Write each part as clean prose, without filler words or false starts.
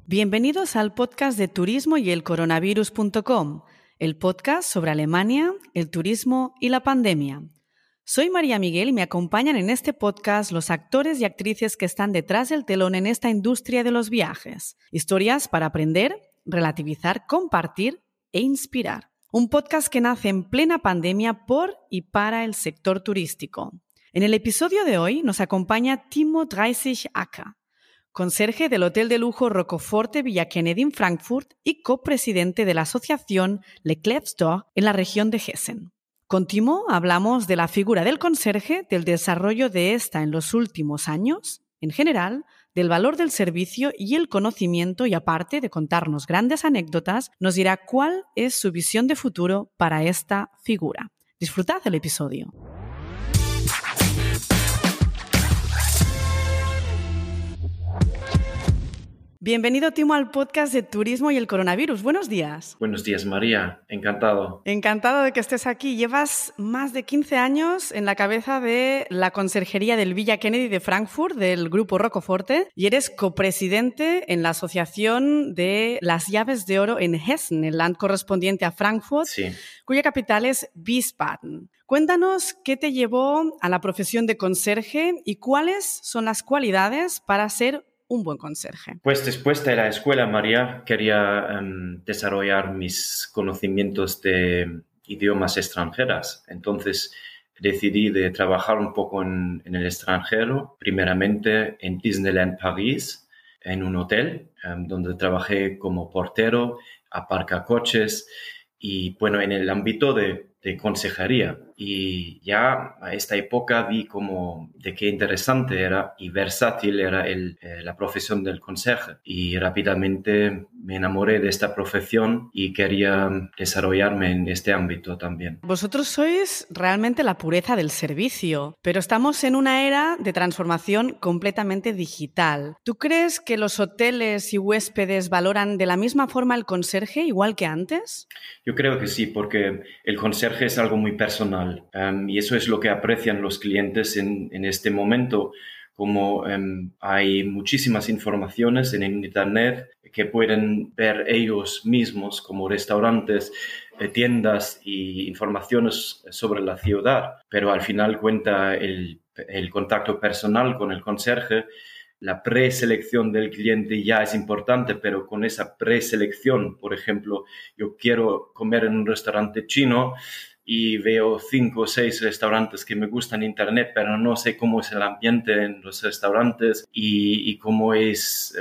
Bienvenidos al podcast de turismo y el coronavirus.com, el podcast sobre Alemania, el turismo y la pandemia. Soy María Miguel y me acompañan en este podcast los actores y actrices que están detrás del telón en esta industria de los viajes. Historias para aprender, relativizar, compartir e inspirar. Un podcast que nace en plena pandemia por y para el sector turístico. En el episodio de hoy nos acompaña Timo 30 Acker, conserje del Hotel de Lujo Roccoforte Villa Kennedy en Frankfurt y copresidente de la asociación Le Club d'Or en la región de Hessen. Con Timo hablamos de la figura del conserje, del desarrollo de esta en los últimos años, en general, del valor del servicio y el conocimiento, y aparte de contarnos grandes anécdotas, nos dirá cuál es su visión de futuro para esta figura. Disfrutad del episodio. Bienvenido, Timo, al podcast de Turismo y el Coronavirus. Buenos días. Buenos días, María. Encantado. Encantado de que estés aquí. Llevas más de 15 años en la cabeza de la conserjería del Villa Kennedy de Frankfurt, del Grupo Roccoforte, y eres copresidente en la Asociación de las Llaves de Oro en Hessen, el land correspondiente a Frankfurt, sí, cuya capital es Wiesbaden. Cuéntanos qué te llevó a la profesión de conserje y cuáles son las cualidades para ser un buen conserje. Pues después de la escuela, María, quería desarrollar mis conocimientos de idiomas extranjeras. Entonces decidí de trabajar un poco en el extranjero, primeramente en Disneyland París, en un hotel, donde trabajé como portero, aparcacoches y, bueno, en el ámbito de consejería. Y ya a esta época vi como de qué interesante era y versátil era la profesión del conserje. Y rápidamente me enamoré de esta profesión y quería desarrollarme en este ámbito también. Vosotros sois realmente la pureza del servicio, pero estamos en una era de transformación completamente digital. ¿Tú crees que los hoteles y huéspedes valoran de la misma forma el conserje igual que antes? Yo creo que sí, porque el conserje es algo muy personal y eso es lo que aprecian los clientes en este momento. Como hay muchísimas informaciones en Internet que pueden ver ellos mismos, como restaurantes, tiendas y informaciones sobre la ciudad, pero al final cuenta el contacto personal con el conserje. La preselección del cliente ya es importante, pero con esa preselección, por ejemplo, yo quiero comer en un restaurante chino y veo 5 o 6 restaurantes que me gustan en Internet, pero no sé cómo es el ambiente en los restaurantes y cómo es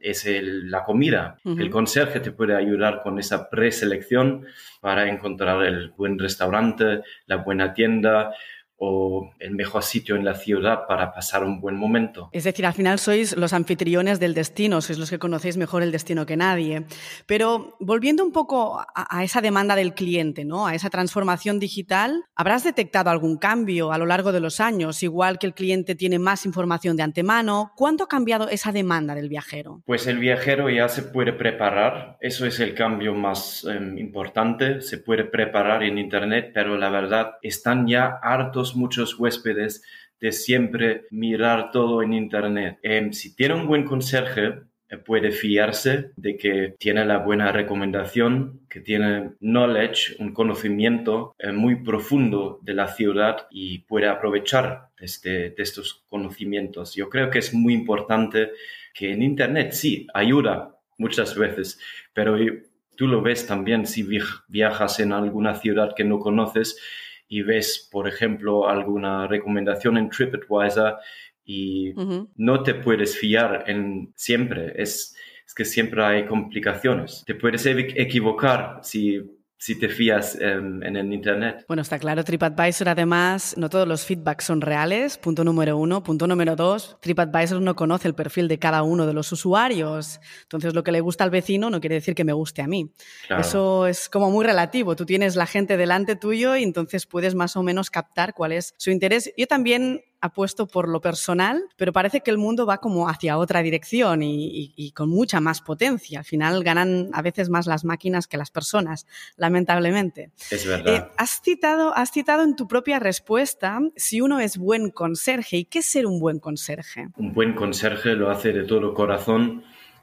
la comida. Uh-huh. El conserje te puede ayudar con esa preselección para encontrar el buen restaurante, la buena tienda o el mejor sitio en la ciudad para pasar un buen momento. Es decir, al final sois los anfitriones del destino, sois los que conocéis mejor el destino que nadie. Pero volviendo un poco a esa demanda del cliente, ¿no? A esa transformación digital, ¿habrás detectado algún cambio a lo largo de los años? Igual que el cliente tiene más información de antemano, ¿cuánto ha cambiado esa demanda del viajero? Pues el viajero ya se puede preparar, eso es el cambio más importante, se puede preparar en Internet, pero la verdad están ya hartos muchos huéspedes de siempre mirar todo en Internet. Si tiene un buen conserje, puede fiarse de que tiene la buena recomendación, que tiene knowledge, un conocimiento muy profundo de la ciudad y puede aprovechar de estos conocimientos. Yo creo que es muy importante que en Internet sí ayuda muchas veces, pero tú lo ves también si viajas en alguna ciudad que no conoces y ves, por ejemplo, alguna recomendación en TripAdvisor y uh-huh. No te puedes fiar siempre. Es que siempre hay complicaciones. Te puedes equivocar si te fías en el Internet. Bueno, está claro, TripAdvisor además, no todos los feedbacks son reales, punto número 1. Punto número 2, TripAdvisor no conoce el perfil de cada uno de los usuarios. Entonces, lo que le gusta al vecino no quiere decir que me guste a mí. Claro. Eso es como muy relativo. Tú tienes la gente delante tuyo y entonces puedes más o menos captar cuál es su interés. Yo también apuesto por lo personal, pero parece que el mundo va como hacia otra dirección y con mucha más potencia. Al final ganan a veces más las máquinas que las personas, lamentablemente. Es verdad. Has citado en tu propia respuesta si uno es buen conserje. ¿Y qué es ser un buen conserje? Un buen conserje lo hace de todo corazón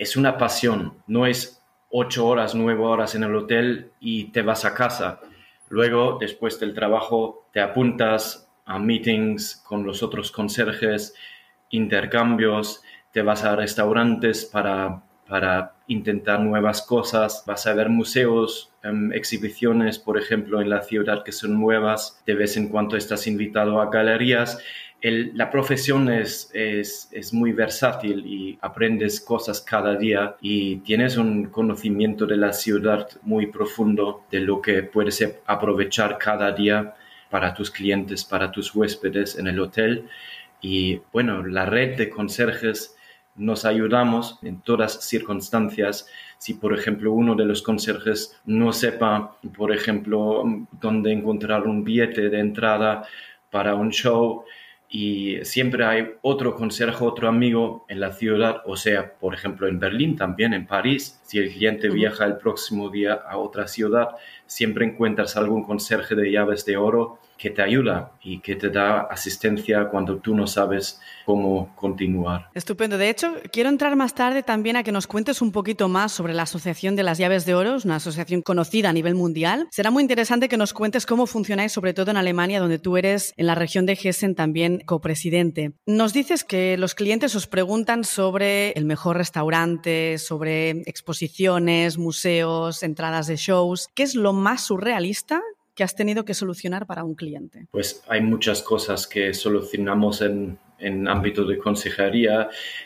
es una pasión, no es 8 horas, 9 horas en el hotel y te vas a casa. Luego, después del trabajo, te apuntas a meetings con los otros conserjes, intercambios, te vas a restaurantes para intentar nuevas cosas, vas a ver museos, exhibiciones, por ejemplo, en la ciudad que son nuevas, de vez en cuando estás invitado a galerías. La profesión es muy versátil y aprendes cosas cada día y tienes un conocimiento de la ciudad muy profundo, de lo que puedes aprovechar cada día para tus clientes, para tus huéspedes en el hotel. Y bueno, la red de conserjes nos ayudamos en todas circunstancias. Si, por ejemplo, uno de los conserjes no sepa, por ejemplo, dónde encontrar un billete de entrada para un show, y siempre hay otro conserje, otro amigo en la ciudad, o sea, por ejemplo, en Berlín, también en París. Si el cliente viaja el próximo día a otra ciudad, siempre encuentras algún conserje de llaves de oro que te ayuda y que te da asistencia cuando tú no sabes cómo continuar. Estupendo. De hecho, quiero entrar más tarde también a que nos cuentes un poquito más sobre la Asociación de las Llaves de Oro, una asociación conocida a nivel mundial. Será muy interesante que nos cuentes cómo funcionáis, sobre todo en Alemania, donde tú eres en la región de Hessen también copresidente. Nos dices que los clientes os preguntan sobre el mejor restaurante, sobre exposiciones, museos, entradas de shows. ¿Qué es lo más surrealista que has tenido que solucionar para un cliente? Pues hay muchas cosas que solucionamos en ámbito de consejería.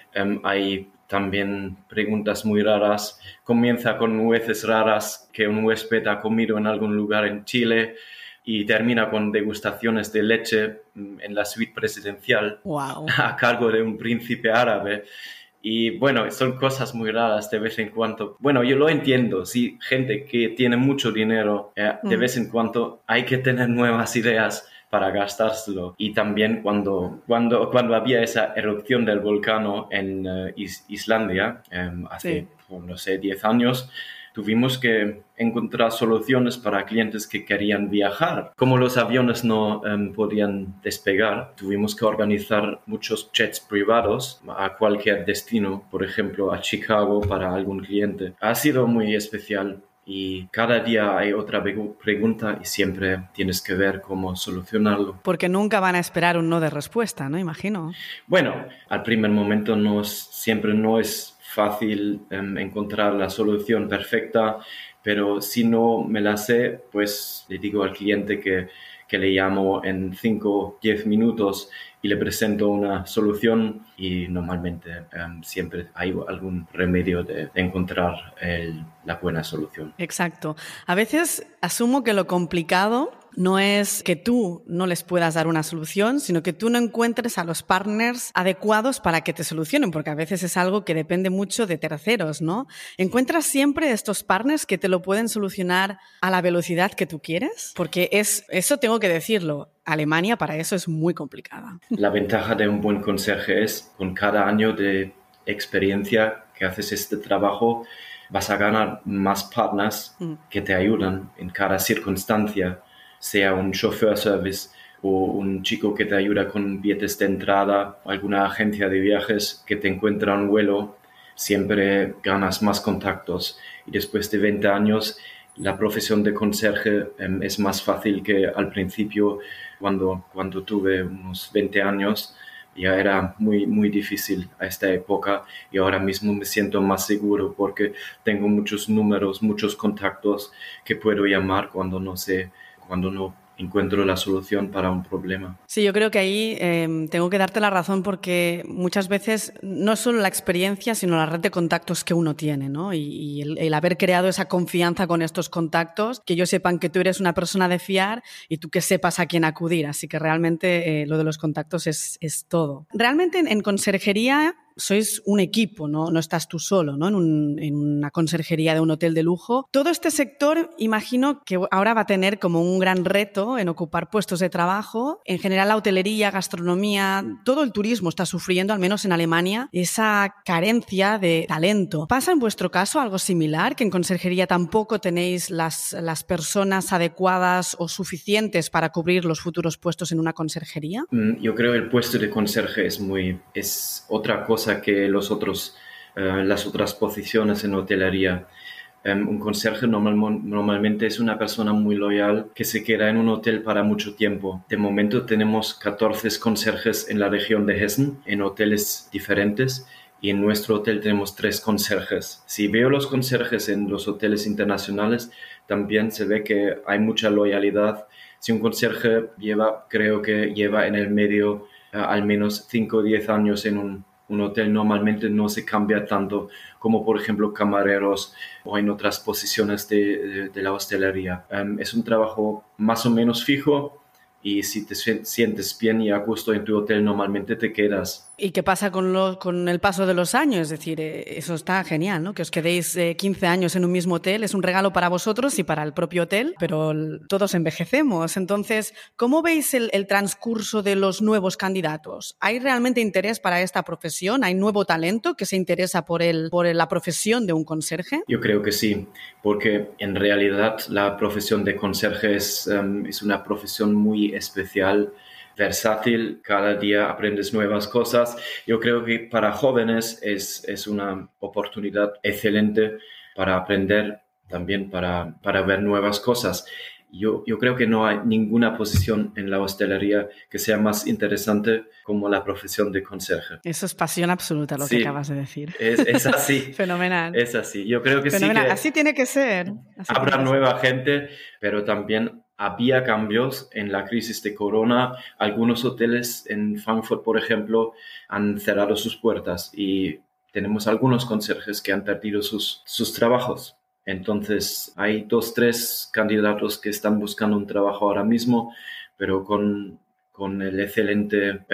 Hay también preguntas muy raras. Comienza con nueces raras que un huésped ha comido en algún lugar en Chile y termina con degustaciones de leche en la suite presidencial. Wow. A cargo de un príncipe árabe. Y bueno, son cosas muy raras de vez en cuando. Bueno, yo lo entiendo, sí, gente que tiene mucho dinero, de vez en cuando hay que tener nuevas ideas para gastárselo. Y también cuando había esa erupción del volcán en Islandia, hace, no sé, 10 años, tuvimos que encontrar soluciones para clientes que querían viajar. Como los aviones no podían despegar, tuvimos que organizar muchos jets privados a cualquier destino, por ejemplo, a Chicago para algún cliente. Ha sido muy especial y cada día hay otra pregunta y siempre tienes que ver cómo solucionarlo. Porque nunca van a esperar un no de respuesta, ¿no? Imagino. Bueno, al primer momento siempre no es fácil encontrar la solución perfecta, pero si no me la sé, pues le digo al cliente que le llamo en 5 o 10 minutos y le presento una solución y normalmente siempre hay algún remedio de encontrar la buena solución. Exacto. A veces asumo que lo complicado no es que tú no les puedas dar una solución, sino que tú no encuentres a los partners adecuados para que te solucionen, porque a veces es algo que depende mucho de terceros, ¿no? ¿Encuentras siempre estos partners que te lo pueden solucionar a la velocidad que tú quieres? Porque eso tengo que decirlo, Alemania para eso es muy complicada. La ventaja de un buen conserje es, con cada año de experiencia que haces este trabajo, vas a ganar más partners que te ayudan en cada circunstancia, sea un chauffeur service o un chico que te ayuda con billetes de entrada, o alguna agencia de viajes que te encuentra un vuelo. Siempre ganas más contactos y después de 20 años la profesión de conserje es más fácil que al principio. Cuando tuve unos 20 años ya era muy, muy difícil a esta época y ahora mismo me siento más seguro porque tengo muchos números, muchos contactos que puedo llamar cuando no encuentro la solución para un problema. Sí, yo creo que ahí tengo que darte la razón porque muchas veces no es solo la experiencia, sino la red de contactos que uno tiene, ¿no? Y el haber creado esa confianza con estos contactos, que ellos sepan que tú eres una persona de fiar y tú que sepas a quién acudir. Así que realmente lo de los contactos es todo. Realmente en conserjería sois un equipo, no estás tú solo, ¿no? En una conserjería de un hotel de lujo. Todo este sector, imagino que ahora va a tener como un gran reto en ocupar puestos de trabajo. En general, la hotelería, gastronomía, todo el turismo está sufriendo, al menos en Alemania, esa carencia de talento. ¿Pasa en vuestro caso algo similar, que en conserjería tampoco tenéis las personas adecuadas o suficientes para cubrir los futuros puestos en una conserjería? Yo creo que el puesto de conserje es otra cosa que los otros las otras posiciones en hotelería. Un conserje normalmente es una persona muy loyal que se queda en un hotel para mucho tiempo. De momento tenemos 14 conserjes en la región de Hessen, en hoteles diferentes, y en nuestro hotel tenemos 3 conserjes. Si veo los conserjes en los hoteles internacionales, también se ve que hay mucha loyalidad. Si un conserje creo que lleva en el medio al menos 5 o 10 años en un hotel, normalmente no se cambia tanto como por ejemplo camareros o en otras posiciones de la hostelería. Es un trabajo más o menos fijo y si te sientes bien y a gusto en tu hotel, normalmente te quedas. ¿Y qué pasa con el paso de los años? Es decir, eso está genial, ¿no? Que os quedéis 15 años en un mismo hotel, es un regalo para vosotros y para el propio hotel, pero todos envejecemos. Entonces, ¿cómo veis el transcurso de los nuevos candidatos? ¿Hay realmente interés para esta profesión? ¿Hay nuevo talento que se interesa por la profesión de un conserje? Yo creo que sí, porque en realidad la profesión de conserje es una profesión muy especial, versátil, cada día aprendes nuevas cosas. Yo creo que para jóvenes es una oportunidad excelente para aprender, también para ver nuevas cosas. Yo creo que no hay ninguna posición en la hostelería que sea más interesante como la profesión de conserje. Eso es pasión absoluta lo que acabas de decir. Es así. Fenomenal. Es así. Yo creo que Fenomenal. sí que así tiene que ser. habrá nueva gente, pero también había cambios en la crisis de corona. Algunos hoteles en Frankfurt, por ejemplo, han cerrado sus puertas y tenemos algunos conserjes que han perdido sus trabajos. Entonces, hay 2, 3 candidatos que están buscando un trabajo ahora mismo, pero con la excelente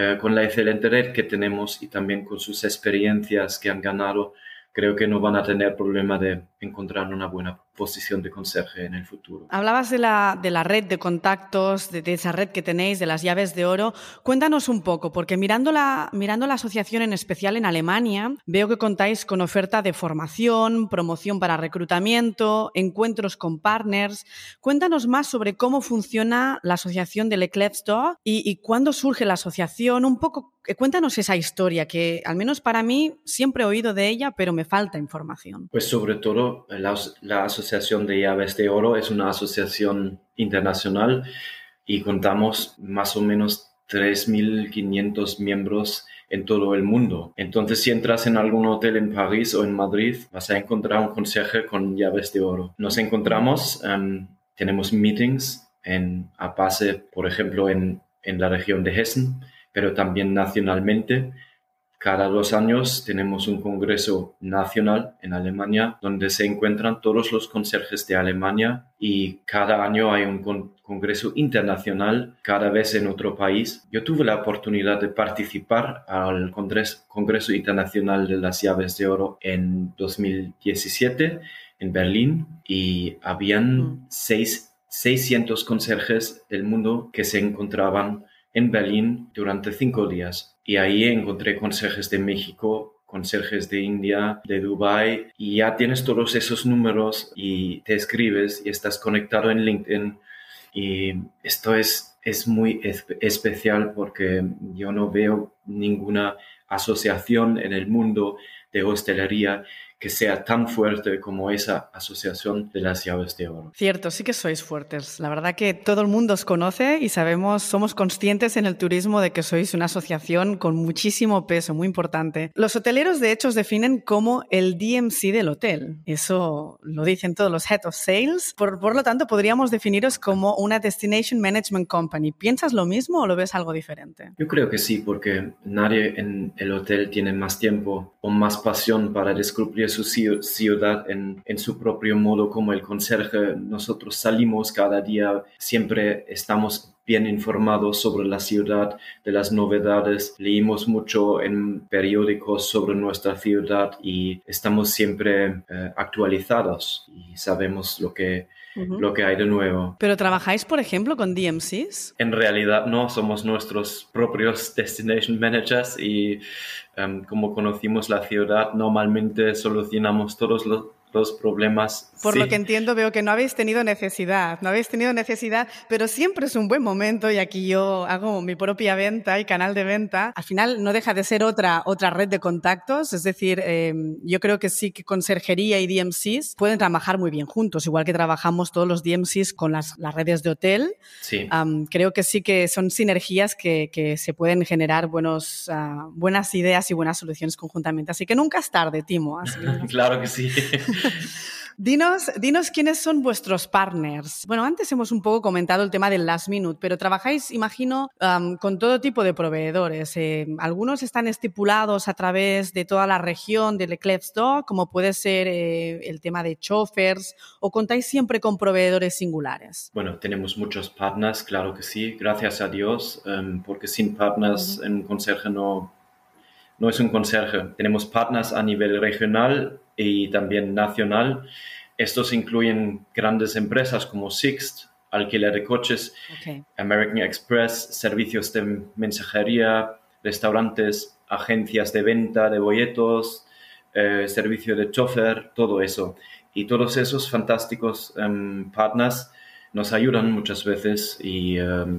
red que tenemos y también con sus experiencias que han ganado, creo que no van a tener problema de encontrar una buena posición de conserje en el futuro. Hablabas de la red de contactos, de esa red que tenéis, de las llaves de oro. Cuéntanos un poco, porque mirando la asociación en especial en Alemania, veo que contáis con oferta de formación, promoción para reclutamiento, encuentros con partners. Cuéntanos más sobre cómo funciona la asociación de Leclerc Store y cuándo surge la asociación. Un poco, cuéntanos esa historia que, al menos para mí, siempre he oído de ella, pero me falta información. Pues sobre todo la Asociación de Llaves de Oro es una asociación internacional y contamos más o menos 3.500 miembros en todo el mundo. Entonces, si entras en algún hotel en París o en Madrid, vas a encontrar un conserje con llaves de oro. Nos encontramos, tenemos meetings a base, por ejemplo, en la región de Hessen, pero también nacionalmente. Cada 2 años tenemos un congreso nacional en Alemania donde se encuentran todos los conserjes de Alemania y cada año hay un congreso internacional, cada vez en otro país. Yo tuve la oportunidad de participar al Congreso Internacional de las Llaves de Oro en 2017 en Berlín y habían 600 conserjes del mundo que se encontraban en Berlín durante 5 días. Y ahí encontré conserjes de México, conserjes de India, de Dubái, y ya tienes todos esos números y te escribes y estás conectado en LinkedIn. Y esto es muy especial porque yo no veo ninguna asociación en el mundo de hostelería que sea tan fuerte como esa asociación de las llaves de oro. Cierto, sí que sois fuertes. La verdad que todo el mundo os conoce y somos conscientes en el turismo de que sois una asociación con muchísimo peso, muy importante. Los hoteleros, de hecho, os definen como el DMC del hotel. Eso lo dicen todos los Head of Sales. Por lo tanto, podríamos definiros como una Destination Management Company. ¿Piensas lo mismo o lo ves algo diferente? Yo creo que sí, porque nadie en el hotel tiene más tiempo o más pasión para descubrir su ciudad en su propio modo como el conserje. Nosotros salimos cada día, siempre estamos bien informados sobre la ciudad, de las novedades, leímos mucho en periódicos sobre nuestra ciudad y estamos siempre actualizados y sabemos lo que hay de nuevo. ¿Pero trabajáis, por ejemplo, con DMCs? En realidad no, somos nuestros propios Destination Managers y como conocimos la ciudad, normalmente solucionamos todos los problemas. Por sí. lo que entiendo, veo que no habéis tenido necesidad, pero siempre es un buen momento, y aquí yo hago mi propia venta y canal de venta. Al final no deja de ser otra red de contactos, es decir, yo creo que sí que conserjería y DMCs pueden trabajar muy bien juntos, igual que trabajamos todos los DMCs con las redes de hotel. Sí. Creo que sí que son sinergias que se pueden generar buenas ideas y buenas soluciones conjuntamente. Así que nunca es tarde, Timo. Claro que sí. Dinos quiénes son vuestros partners. Bueno, antes hemos un poco comentado el tema del last minute, pero trabajáis, imagino, con todo tipo de proveedores. Algunos están estipulados a través de toda la región de Leclerc, como puede ser el tema de chauffeurs, o contáis siempre con proveedores singulares. Bueno, tenemos muchos partners, claro que sí, gracias a Dios, porque sin partners un conserje no es un conserje. Tenemos partners a nivel regional y también nacional. Estos incluyen grandes empresas como Sixt, alquiler de coches, American Express, servicios de mensajería, restaurantes, agencias de venta de boletos, servicio de chofer, todo eso. Y todos esos fantásticos partners nos ayudan muchas veces y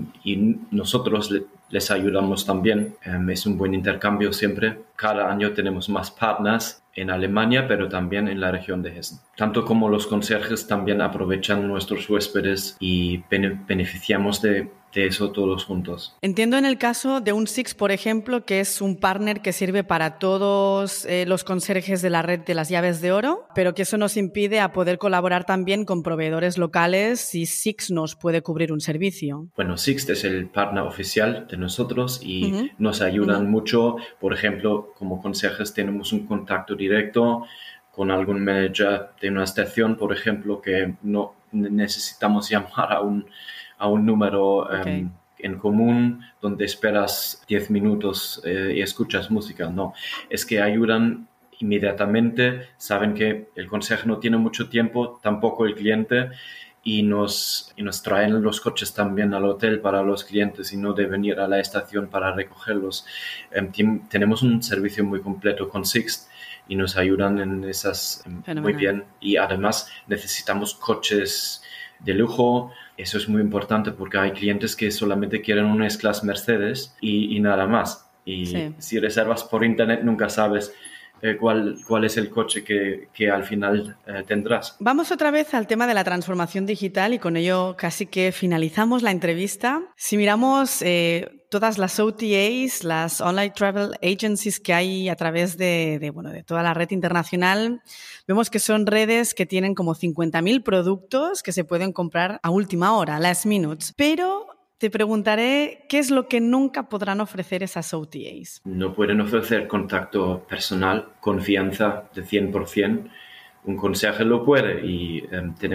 nosotros les ayudamos también. Es un buen intercambio siempre. Cada año tenemos más partners en Alemania, pero también en la región de Hessen. Tanto como los conserjes también aprovechan nuestros huéspedes y beneficiamos de eso todos juntos. Entiendo en el caso de un Sixt, por ejemplo, que es un partner que sirve para todos los conserjes de la red de las llaves de oro, pero que eso nos impide a poder colaborar también con proveedores locales si Sixt nos puede cubrir un servicio. Bueno, Sixt es el partner oficial de nosotros y nos ayudan mucho. Por ejemplo, como conserjes tenemos un contacto directo con algún manager de una estación, por ejemplo, que no necesitamos llamar a un número en común donde esperas 10 minutos y escuchas música. No, es que ayudan inmediatamente, saben que el conserje no tiene mucho tiempo, tampoco el cliente, y nos traen los coches también al hotel para los clientes y no deben ir a la estación para recogerlos. Tenemos un servicio muy completo con Sixt y nos ayudan en esas muy bien. Y además necesitamos coches de lujo. Eso es muy importante porque hay clientes que solamente quieren una S-Class Mercedes y nada más. Y si reservas por internet nunca sabes cuál es el coche que al final tendrás. Vamos otra vez al tema de la transformación digital y con ello casi que finalizamos la entrevista. Si miramos todas las OTAs, las Online Travel Agencies que hay a través de toda la red internacional, vemos que son redes que tienen como 50.000 productos que se pueden comprar a última hora, last minutes. Pero te preguntaré qué es lo que nunca podrán ofrecer esas OTAs. No pueden ofrecer contacto personal, confianza de 100%. Un conserje lo puede y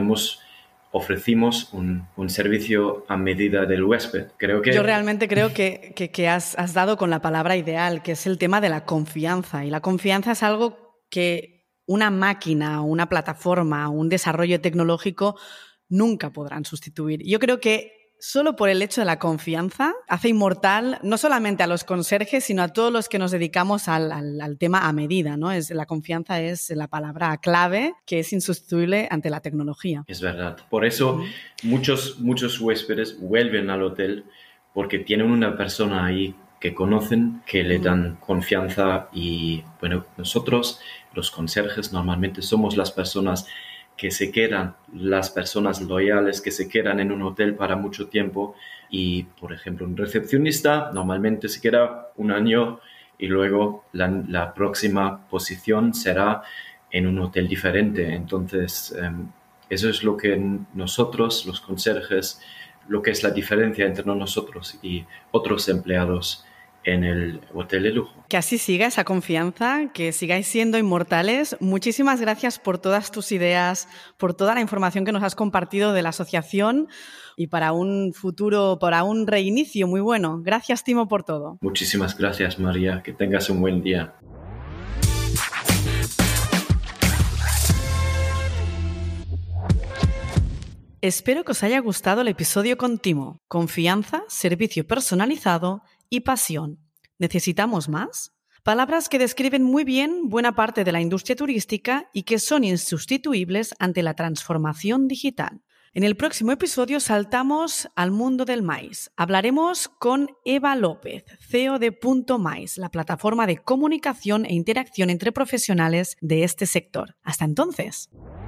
ofrecimos un servicio a medida del huésped. Yo realmente creo que has dado con la palabra ideal, que es el tema de la confianza. Y la confianza es algo que una máquina, una plataforma, un desarrollo tecnológico nunca podrán sustituir. Yo creo que solo por el hecho de la confianza hace inmortal no solamente a los conserjes, sino a todos los que nos dedicamos al tema a medida, ¿no? La confianza es la palabra clave que es insustituible ante la tecnología. Es verdad. Por eso muchos huéspedes vuelven al hotel porque tienen una persona ahí que conocen, que le dan confianza y, bueno, nosotros, los conserjes, normalmente somos las personas que se quedan, las personas loyales que se quedan en un hotel para mucho tiempo y, por ejemplo, un recepcionista normalmente se queda un año y luego la próxima posición será en un hotel diferente. Entonces, eso es lo que nosotros, los conserjes, lo que es la diferencia entre nosotros y otros empleados en el hotel de lujo. Que así siga esa confianza, que sigáis siendo inmortales. Muchísimas gracias por todas tus ideas, por toda la información que nos has compartido de la asociación y para un futuro, para un reinicio muy bueno. Gracias, Timo, por todo. Muchísimas gracias, María. Que tengas un buen día. Espero que os haya gustado el episodio con Timo. Confianza, servicio personalizado y pasión. ¿Necesitamos más? Palabras que describen muy bien buena parte de la industria turística y que son insustituibles ante la transformación digital. En el próximo episodio saltamos al mundo del maíz. Hablaremos con Eva López, CEO de Punto Mais, la plataforma de comunicación e interacción entre profesionales de este sector. Hasta entonces.